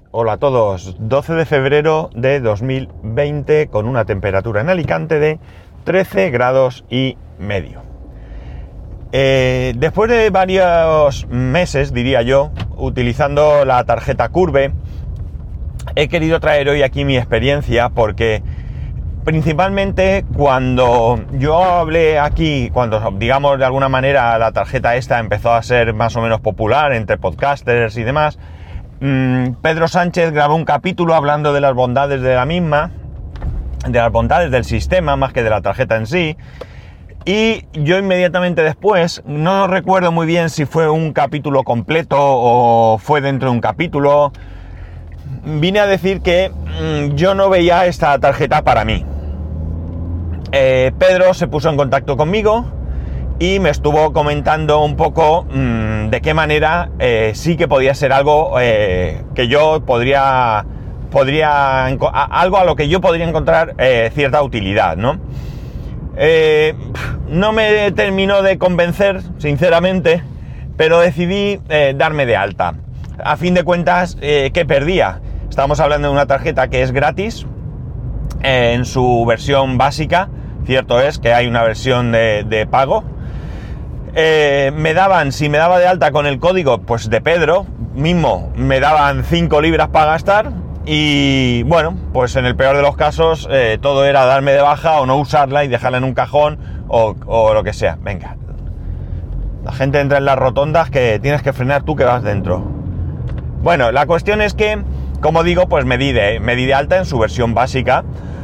Hola a todos, 12 de febrero de 2020 con una temperatura en Alicante de 13 grados y medio. Después de varios meses, diría yo, utilizando la tarjeta Curve, he querido traer hoy aquí mi experiencia porque principalmente cuando yo hablé aquí, cuando digamos de alguna manera la tarjeta esta empezó a ser más o menos popular entre podcasters y demás, Pedro Sánchez grabó un capítulo hablando de las bondades de la misma, de las bondades del sistema más que de la tarjeta en sí, y yo inmediatamente después, no recuerdo muy bien si fue un capítulo completo o fue dentro de un capítulo, vine a decir que yo no veía esta tarjeta para mí. Pedro se puso en contacto conmigo y me estuvo comentando un poco de qué manera sí que podía ser algo que yo podría algo a lo que yo podría encontrar cierta utilidad, ¿no? No me terminó de convencer, sinceramente, pero decidí darme de alta. A fin de cuentas, ¿qué perdía? Estamos hablando de una tarjeta que es gratis en su versión básica. Cierto es que hay una versión de pago. Si me daba de alta con el código pues de Pedro mismo, me daban 5 libras para gastar y bueno, pues en el peor de los casos todo era darme de baja o no usarla y dejarla en un cajón o lo que sea. Venga, la gente entra en las rotondas que tienes que frenar tú que vas dentro. Bueno, la cuestión es que, como digo, pues me di de alta en su versión básica.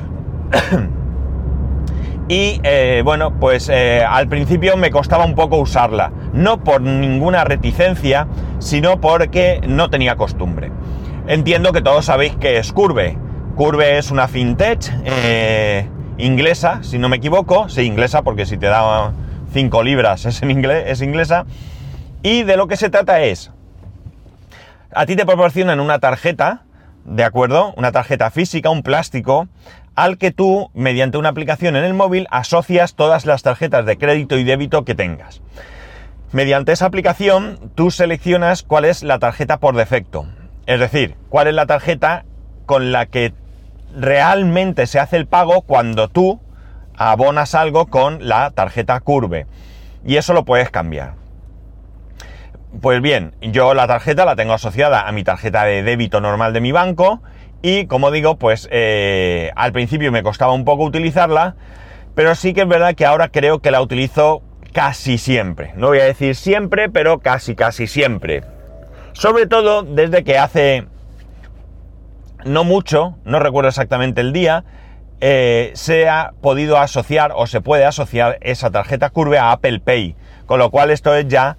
Y bueno, pues al principio me costaba un poco usarla, no por ninguna reticencia, sino porque no tenía costumbre. Entiendo que todos sabéis que es Curve. Curve es una fintech inglesa, si no me equivoco. Sí, inglesa, porque si te da 5 libras es en inglés, es inglesa. Y de lo que se trata es, a ti te proporcionan una tarjeta, ¿de acuerdo? Una tarjeta física, un plástico, al que tú, mediante una aplicación en el móvil, asocias todas las tarjetas de crédito y débito que tengas. Mediante esa aplicación, tú seleccionas cuál es la tarjeta por defecto. Es decir, cuál es la tarjeta con la que realmente se hace el pago cuando tú abonas algo con la tarjeta Curve. Y eso lo puedes cambiar. Pues bien, yo la tarjeta la tengo asociada a mi tarjeta de débito normal de mi banco. Y como digo, pues al principio me costaba un poco utilizarla, pero sí que es verdad que ahora creo que la utilizo casi siempre. No voy a decir siempre, pero casi siempre. Sobre todo desde que hace no mucho, no recuerdo exactamente el día, se ha podido asociar o se puede asociar esa tarjeta Curve a Apple Pay. Con lo cual esto es ya...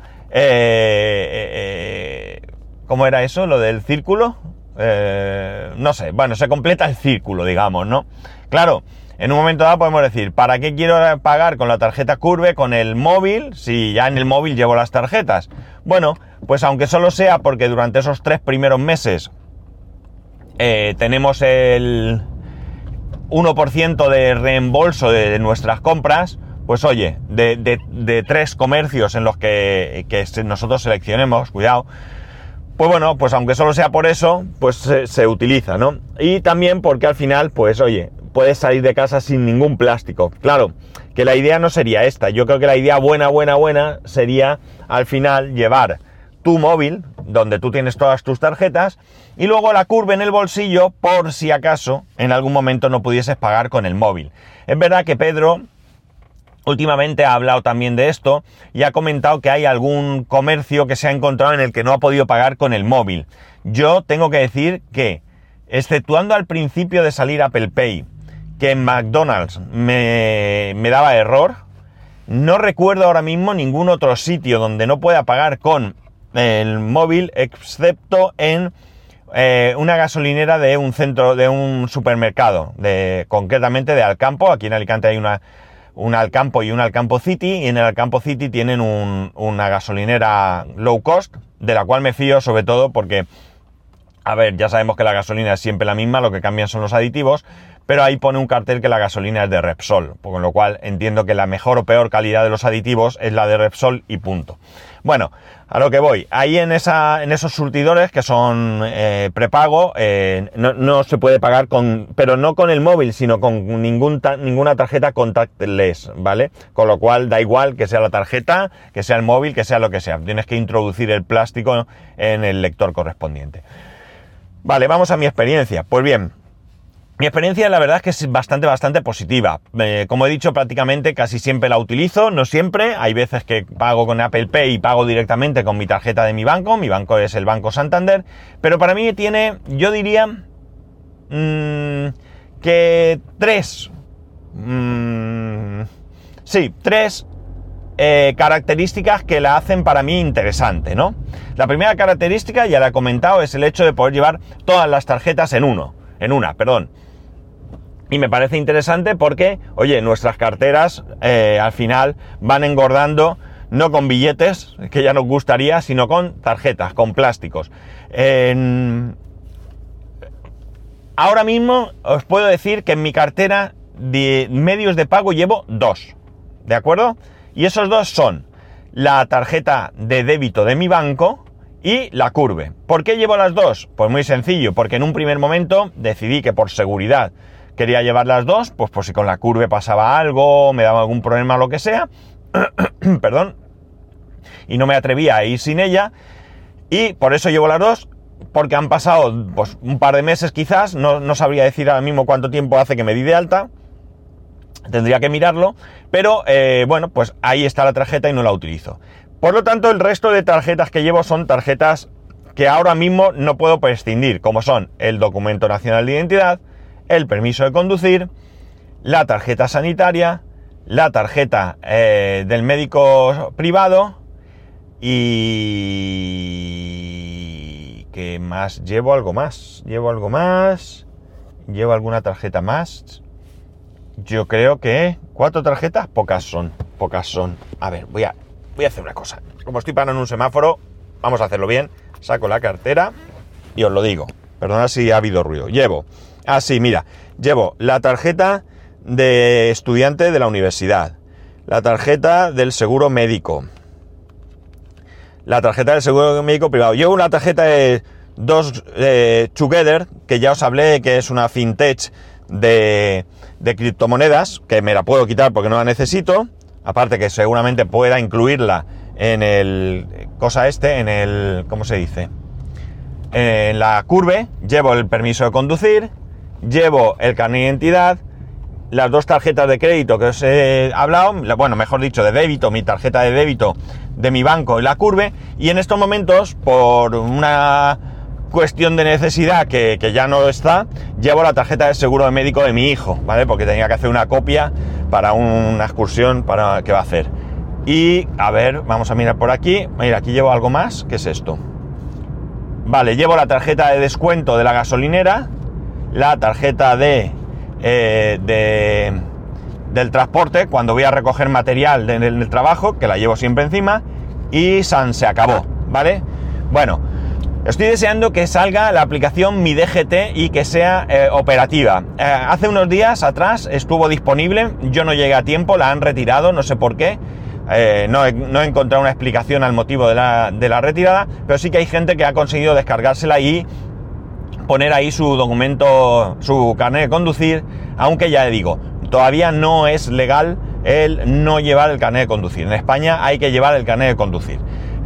¿cómo era eso? ¿Lo del círculo? No sé, bueno, se completa el círculo, digamos, ¿no? Claro, en un momento dado podemos decir, ¿para qué quiero pagar con la tarjeta Curve, con el móvil, si ya en el móvil llevo las tarjetas? Bueno, pues aunque solo sea porque durante esos 3 primeros meses tenemos el 1% de reembolso de nuestras compras, pues oye, de 3 comercios en los que nosotros seleccionemos, cuidado, pues bueno, pues aunque solo sea por eso, pues se utiliza, ¿no? Y también porque al final, pues oye, puedes salir de casa sin ningún plástico. Claro, que la idea no sería esta. Yo creo que la idea buena sería al final llevar tu móvil, donde tú tienes todas tus tarjetas, y luego la Curve en el bolsillo, por si acaso en algún momento no pudieses pagar con el móvil. Es verdad que Pedro últimamente ha hablado también de esto y ha comentado que hay algún comercio que se ha encontrado en el que no ha podido pagar con el móvil. Yo tengo que decir que, exceptuando al principio de salir Apple Pay, que en McDonald's me daba error, no recuerdo ahora mismo ningún otro sitio donde no pueda pagar con el móvil, excepto en una gasolinera de un centro, de un supermercado, concretamente de Alcampo. Aquí en Alicante hay un Alcampo y un Alcampo City, y en el Alcampo City tienen una gasolinera low cost, de la cual me fío sobre todo porque A ver, ya sabemos que la gasolina es siempre la misma, lo que cambian son los aditivos, pero ahí pone un cartel que la gasolina es de Repsol, con lo cual entiendo que la mejor o peor calidad de los aditivos es la de Repsol y punto. Bueno, a lo que voy, ahí en esos surtidores que son prepago, no se puede pagar pero no con el móvil, sino con ninguna tarjeta contactless, ¿vale? Con lo cual da igual que sea la tarjeta, que sea el móvil, que sea lo que sea, tienes que introducir el plástico en el lector correspondiente. Vale, vamos a mi experiencia. Pues bien, mi experiencia la verdad es que es bastante positiva. Como he dicho, prácticamente casi siempre la utilizo, no siempre. Hay veces que pago con Apple Pay y pago directamente con mi tarjeta de mi banco es el Banco Santander, pero para mí tiene, yo diría, que tres características que la hacen para mí interesante, ¿no? La primera característica, ya la he comentado, es el hecho de poder llevar todas las tarjetas en una. Y me parece interesante porque, oye, nuestras carteras al final van engordando, no con billetes, que ya nos gustaría, sino con tarjetas, con plásticos. Ahora mismo os puedo decir que en mi cartera de medios de pago llevo 2, ¿de acuerdo? Y esos 2 son la tarjeta de débito de mi banco y la Curve. ¿Por qué llevo las 2? Pues muy sencillo, porque en un primer momento decidí que por seguridad quería llevar las 2, pues por si con la Curve pasaba algo, me daba algún problema o lo que sea, perdón, y no me atrevía a ir sin ella, y por eso llevo las 2, porque han pasado pues un par de meses quizás, no sabría decir ahora mismo cuánto tiempo hace que me di de alta, tendría que mirarlo, pero bueno, pues ahí está la tarjeta y no la utilizo. Por lo tanto, el resto de tarjetas que llevo son tarjetas que ahora mismo no puedo prescindir, como son el documento nacional de identidad, el permiso de conducir, la tarjeta sanitaria, la tarjeta del médico privado y... ¿qué más? Llevo alguna tarjeta más. Yo creo que 4 tarjetas, pocas son. A ver, voy a hacer una cosa. Como estoy parando en un semáforo, vamos a hacerlo bien. Saco la cartera y os lo digo. Perdona si ha habido ruido. Llevo la tarjeta de estudiante de la universidad, la tarjeta del seguro médico, la tarjeta del seguro médico privado. Llevo una tarjeta de Together, que ya os hablé que es una fintech de criptomonedas, que me la puedo quitar porque no la necesito, aparte que seguramente pueda incluirla en el ¿cómo se dice? En la Curve. Llevo el permiso de conducir, llevo el carnet de identidad, las 2 tarjetas de crédito que os he hablado, bueno, mejor dicho, de débito, mi tarjeta de débito de mi banco y la Curve, y en estos momentos, por una cuestión de necesidad que ya no está, llevo la tarjeta de seguro de médico de mi hijo, ¿vale? Porque tenía que hacer una copia para una excursión que va a hacer. Y, a ver, vamos a mirar por aquí. Mira, aquí llevo algo más. ¿Qué es esto? Vale, llevo la tarjeta de descuento de la gasolinera, la tarjeta del transporte, cuando voy a recoger material del trabajo, que la llevo siempre encima, y se acabó, ¿vale? Bueno, estoy deseando que salga la aplicación Mi DGT y que sea operativa. Hace unos días atrás estuvo disponible, yo no llegué a tiempo, la han retirado, no sé por qué. No he encontrado una explicación al motivo de la retirada, pero sí que hay gente que ha conseguido descargársela y poner ahí su documento, su carnet de conducir, aunque ya digo, todavía no es legal el no llevar el carnet de conducir. En España hay que llevar el carnet de conducir.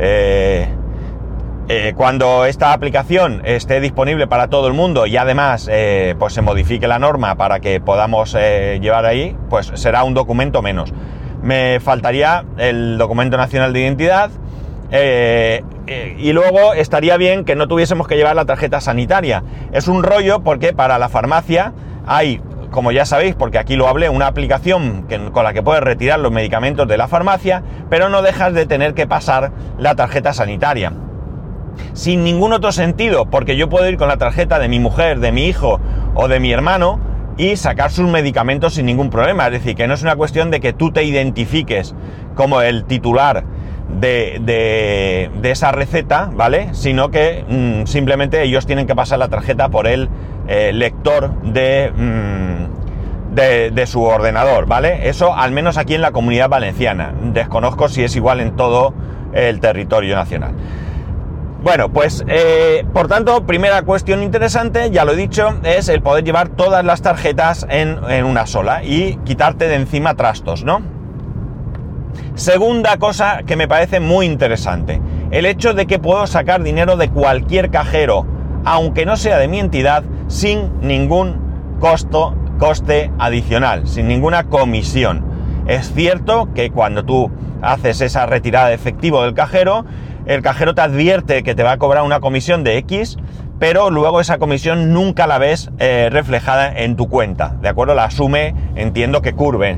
Cuando esta aplicación esté disponible para todo el mundo y además pues se modifique la norma para que podamos llevar ahí, pues será un documento menos. Me faltaría el documento nacional de identidad y luego estaría bien que no tuviésemos que llevar la tarjeta sanitaria. Es un rollo porque para la farmacia hay, como ya sabéis, porque aquí lo hablé, una aplicación con la que puedes retirar los medicamentos de la farmacia, pero no dejas de tener que pasar la tarjeta sanitaria. Sin ningún otro sentido, porque yo puedo ir con la tarjeta de mi mujer, de mi hijo o de mi hermano y sacar sus medicamentos sin ningún problema. Es decir, que no es una cuestión de que tú te identifiques como el titular de esa receta, ¿vale? Sino que simplemente ellos tienen que pasar la tarjeta por el lector de su ordenador, ¿vale? Eso al menos aquí en la Comunidad Valenciana. Desconozco si es igual en todo el territorio nacional. Bueno, pues por tanto, primera cuestión interesante, ya lo he dicho, es el poder llevar todas las tarjetas en una sola y quitarte de encima trastos, ¿no? Segunda cosa que me parece muy interesante, el hecho de que puedo sacar dinero de cualquier cajero, aunque no sea de mi entidad, sin ningún coste adicional, sin ninguna comisión. Es cierto que cuando tú haces esa retirada de efectivo del cajero, el cajero te advierte que te va a cobrar una comisión de X, pero luego esa comisión nunca la ves reflejada en tu cuenta, ¿de acuerdo? La asume, entiendo que Curve.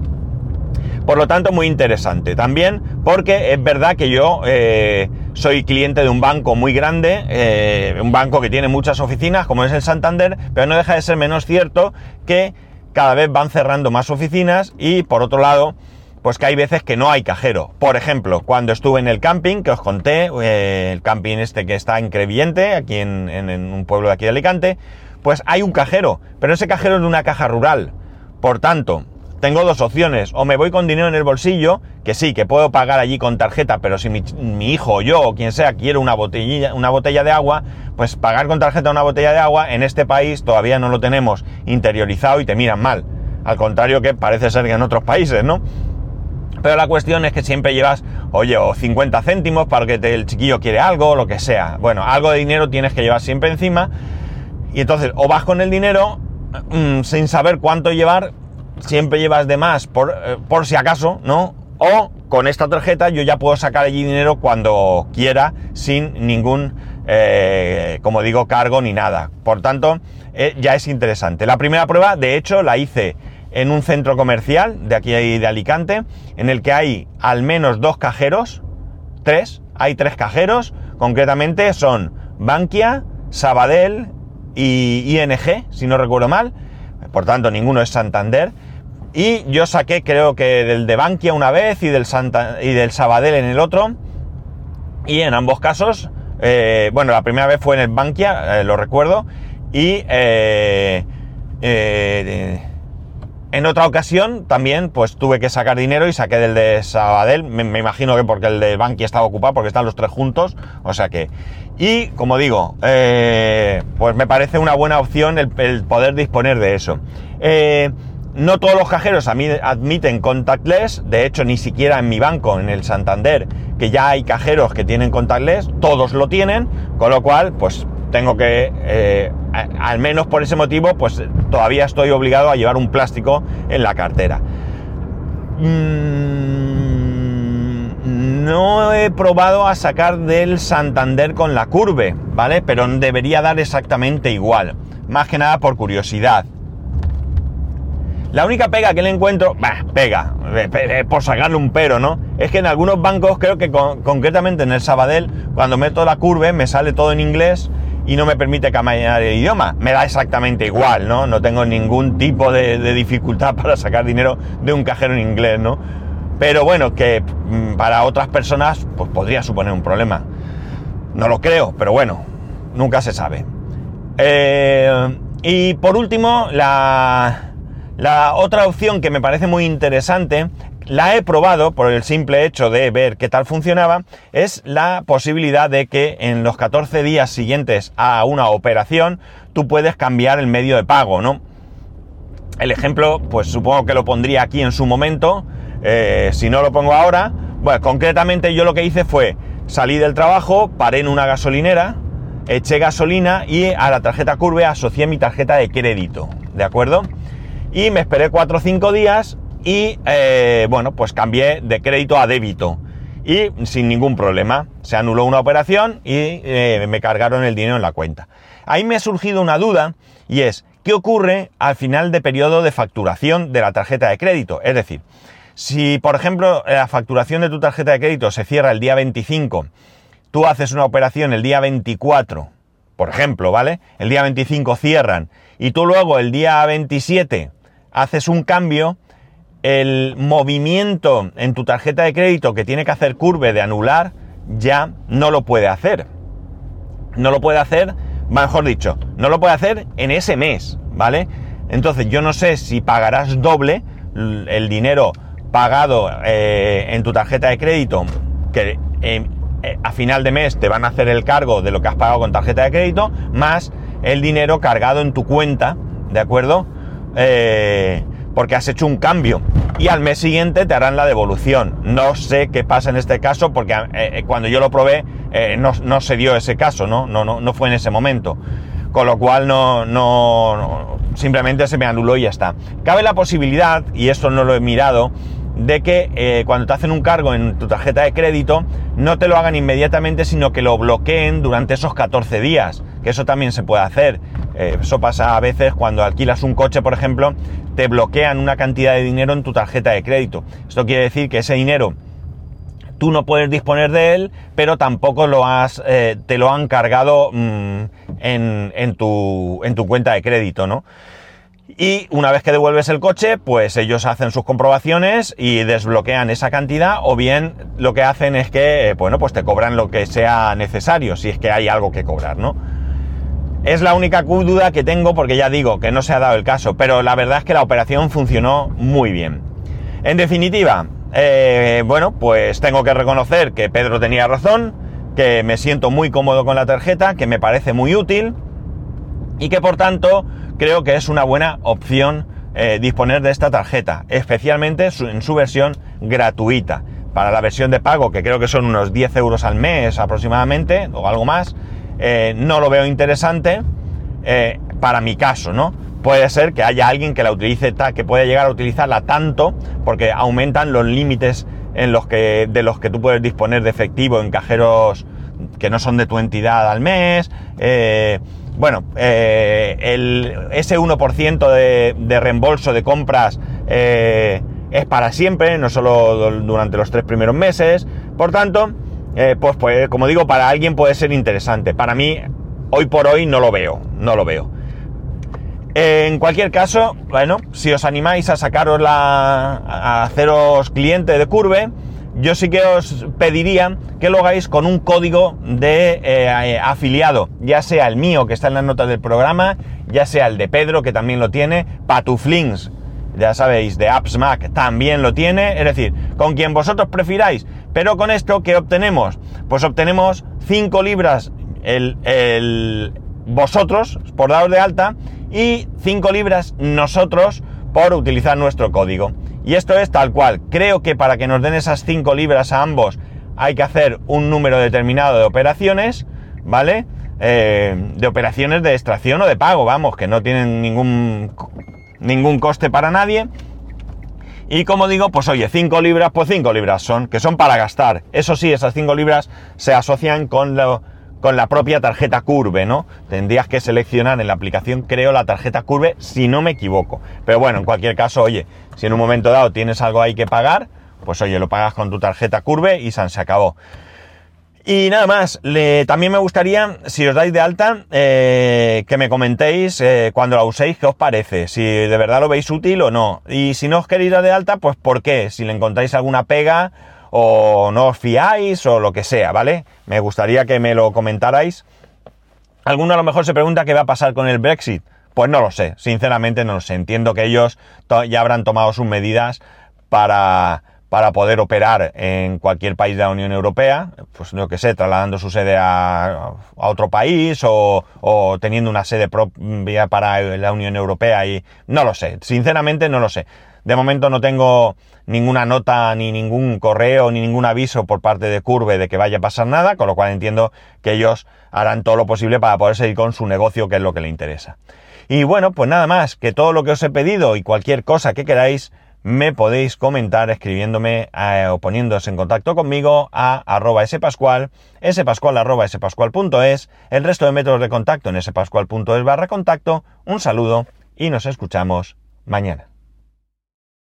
Por lo tanto, muy interesante. También porque es verdad que yo soy cliente de un banco muy grande, un banco que tiene muchas oficinas, como es el Santander, pero no deja de ser menos cierto que cada vez van cerrando más oficinas y, por otro lado, pues que hay veces que no hay cajero. Por ejemplo, cuando estuve en el camping, que os conté, el camping este que está en Crevillente, aquí en un pueblo de aquí de Alicante, pues hay un cajero, pero ese cajero es de una caja rural. Por tanto, tengo dos opciones: o me voy con dinero en el bolsillo, que sí, que puedo pagar allí con tarjeta, pero si mi hijo o yo o quien sea quiere una botella de agua, pues pagar con tarjeta una botella de agua en este país todavía no lo tenemos interiorizado y te miran mal. Al contrario que parece ser que en otros países, ¿no? Pero la cuestión es que siempre llevas, oye, o 50 céntimos para que el chiquillo quiere algo, o lo que sea. Bueno, algo de dinero tienes que llevar siempre encima, y entonces o vas con el dinero sin saber cuánto llevar, siempre llevas de más por si acaso, ¿no? O con esta tarjeta yo ya puedo sacar allí dinero cuando quiera sin ningún, como digo, cargo ni nada. Por tanto, ya es interesante. La primera prueba, de hecho, la hice en un centro comercial de aquí de Alicante, en el que hay al menos hay tres cajeros, concretamente son Bankia, Sabadell y ING, si no recuerdo mal, por tanto ninguno es Santander, y yo saqué creo que del de Bankia una vez y del Sabadell en el otro, y en ambos casos, bueno, la primera vez fue en el Bankia, lo recuerdo, y en otra ocasión también pues tuve que sacar dinero y saqué del de Sabadell, me imagino que porque el de Bankia estaba ocupado, porque están los tres juntos, o sea que... Y como digo, pues me parece una buena opción el poder disponer de eso. No todos los cajeros admiten contactless, de hecho ni siquiera en mi banco, en el Santander, que ya hay cajeros que tienen contactless, todos lo tienen, con lo cual pues tengo que, al menos por ese motivo, pues todavía estoy obligado a llevar un plástico en la cartera. No he probado a sacar del Santander con la Curve, ¿vale? Pero debería dar exactamente igual, más que nada por curiosidad. La única pega que le encuentro, por sacarle un pero, ¿no? Es que en algunos bancos, creo que concretamente en el Sabadell, cuando meto la Curve me sale todo en inglés y no me permite cambiar el idioma. Me da exactamente igual, ¿no? No tengo ningún tipo de dificultad para sacar dinero de un cajero en inglés, ¿no? Pero bueno, que para otras personas pues podría suponer un problema. No lo creo, pero bueno, nunca se sabe. Y por último, la otra opción que me parece muy interesante, la he probado por el simple hecho de ver qué tal funcionaba, es la posibilidad de que en los 14 días siguientes a una operación tú puedes cambiar el medio de pago, ¿no? El ejemplo, pues supongo que lo pondría aquí en su momento, si no lo pongo ahora. Bueno, concretamente yo lo que hice fue, salí del trabajo, paré en una gasolinera, eché gasolina y a la tarjeta Curve asocié mi tarjeta de crédito, ¿de acuerdo? Y me esperé 4 o 5 días y, bueno, pues cambié de crédito a débito y sin ningún problema. Se anuló una operación y me cargaron el dinero en la cuenta. Ahí me ha surgido una duda y es, ¿qué ocurre al final de periodo de facturación de la tarjeta de crédito? Es decir, si por ejemplo la facturación de tu tarjeta de crédito se cierra el día 25, tú haces una operación el día 24, por ejemplo, ¿vale? El día 25 cierran y tú luego el día 27 haces un cambio, el movimiento en tu tarjeta de crédito que tiene que hacer Curve de anular, ya no lo puede hacer. No lo puede hacer, mejor dicho, no lo puede hacer en ese mes, ¿vale? Entonces yo no sé si pagarás doble el dinero pagado en tu tarjeta de crédito, que a final de mes te van a hacer el cargo de lo que has pagado con tarjeta de crédito, más el dinero cargado en tu cuenta, ¿de acuerdo? Porque has hecho un cambio y al mes siguiente te harán la devolución. No sé qué pasa en este caso porque cuando yo lo probé no se dio ese caso, no fue en ese momento, con lo cual no simplemente se me anuló y ya está. Cabe la posibilidad, y esto no lo he mirado, de que cuando te hacen un cargo en tu tarjeta de crédito no te lo hagan inmediatamente, sino que lo bloqueen durante esos 14 días, que eso también se puede hacer. Eso pasa a veces cuando alquilas un coche, por ejemplo, te bloquean una cantidad de dinero en tu tarjeta de crédito. Esto quiere decir que ese dinero tú no puedes disponer de él, pero tampoco te lo han cargado en tu cuenta de crédito, ¿no? Y una vez que devuelves el coche, pues ellos hacen sus comprobaciones y desbloquean esa cantidad, o bien lo que hacen es que, pues te cobran lo que sea necesario, si es que hay algo que cobrar, ¿no? Es la única duda que tengo porque ya digo que no se ha dado el caso, pero la verdad es que la operación funcionó muy bien. En definitiva, pues tengo que reconocer que Pedro tenía razón, que me siento muy cómodo con la tarjeta, que me parece muy útil y que por tanto creo que es una buena opción disponer de esta tarjeta, especialmente en su versión gratuita. Para la versión de pago, que creo que son unos 10 euros al mes aproximadamente, o algo más, no lo veo interesante para mi caso, ¿no? Puede ser que haya alguien que la utilice, que pueda llegar a utilizarla tanto, porque aumentan los límites de los que tú puedes disponer de efectivo en cajeros que no son de tu entidad al mes. Ese 1% de reembolso de compras es para siempre, no solo durante los 3 primeros meses. Por tanto, pues como digo, para alguien puede ser interesante. Para mí, hoy por hoy no lo veo. En cualquier caso, si os animáis a a haceros cliente de Curve, yo sí que os pediría que lo hagáis con un código de afiliado, ya sea el mío, que está en las notas del programa, ya sea el de Pedro, que también lo tiene, Patuflinks, ya sabéis, de AppsMac también lo tiene, es decir, con quien vosotros prefiráis. Pero con esto, ¿qué obtenemos? Pues obtenemos 5 libras vosotros por daros de alta y 5 libras nosotros por utilizar nuestro código. Y esto es tal cual. Creo que para que nos den esas 5 libras a ambos hay que hacer un número determinado de operaciones, ¿vale? De operaciones de extracción o de pago, vamos, que no tienen ningún coste para nadie. Y como digo, pues oye, 5 libras, pues 5 libras que son para gastar. Eso sí, esas 5 libras se asocian con la propia tarjeta Curve, ¿no? Tendrías que seleccionar en la aplicación, creo, la tarjeta Curve, si no me equivoco. Pero bueno, en cualquier caso, oye, si en un momento dado tienes algo ahí que pagar, pues oye, lo pagas con tu tarjeta Curve y se acabó. Y nada más, también me gustaría, si os dais de alta, que me comentéis cuando la uséis qué os parece, si de verdad lo veis útil o no. Y si no os queréis dar de alta, pues por qué, si le encontráis alguna pega o no os fiáis o lo que sea, ¿vale? Me gustaría que me lo comentarais. Alguno a lo mejor se pregunta qué va a pasar con el Brexit. Pues no lo sé, sinceramente no lo sé. Entiendo que ellos ya habrán tomado sus medidas para poder operar en cualquier país de la Unión Europea, pues no que sé, trasladando su sede a otro país o teniendo una sede propia para la Unión Europea, y no lo sé, sinceramente no lo sé. De momento no tengo ninguna nota, ni ningún correo, ni ningún aviso por parte de Curve de que vaya a pasar nada, con lo cual entiendo que ellos harán todo lo posible para poder seguir con su negocio, que es lo que le interesa. Y bueno, pues nada más, que todo lo que os he pedido y cualquier cosa que queráis, me podéis comentar escribiéndome o poniéndose en contacto conmigo a @spascual, spascual@spascual.es, el resto de métodos de contacto en spascual.es/contacto. Un saludo y nos escuchamos mañana.